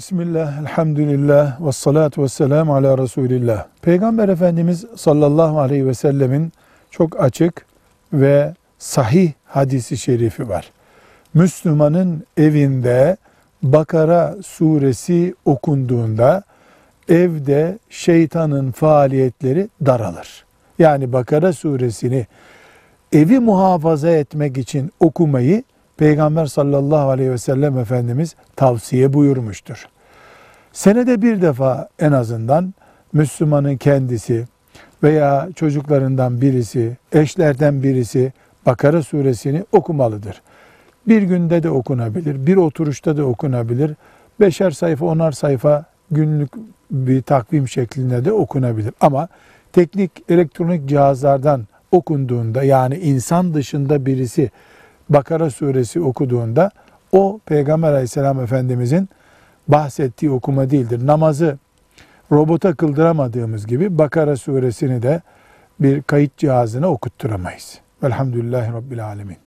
Bismillah, elhamdülillah, ve salatu ve selamu ala Resulillah. Peygamber Efendimiz sallallahu aleyhi ve sellemin çok açık ve sahih hadisi şerifi var. Müslümanın evinde Bakara suresi okunduğunda evde şeytanın faaliyetleri daralır. Yani Bakara suresini evi muhafaza etmek için okumayı Peygamber sallallahu aleyhi ve sellem Efendimiz tavsiye buyurmuştur. Senede bir defa en azından Müslümanın kendisi veya çocuklarından birisi, eşlerden birisi Bakara suresini okumalıdır. Bir günde de okunabilir, bir oturuşta da okunabilir. 5'er sayfa, 10'ar sayfa günlük bir takvim şeklinde de okunabilir. Ama teknik elektronik cihazlardan okunduğunda, yani insan dışında birisi Bakara suresi okuduğunda o Peygamber aleyhisselam Efendimizin bahsettiği okuma değildir. Namazı robota kıldıramadığımız gibi Bakara suresini de bir kayıt cihazına okutturamayız. Velhamdülillahi Rabbil Alemin.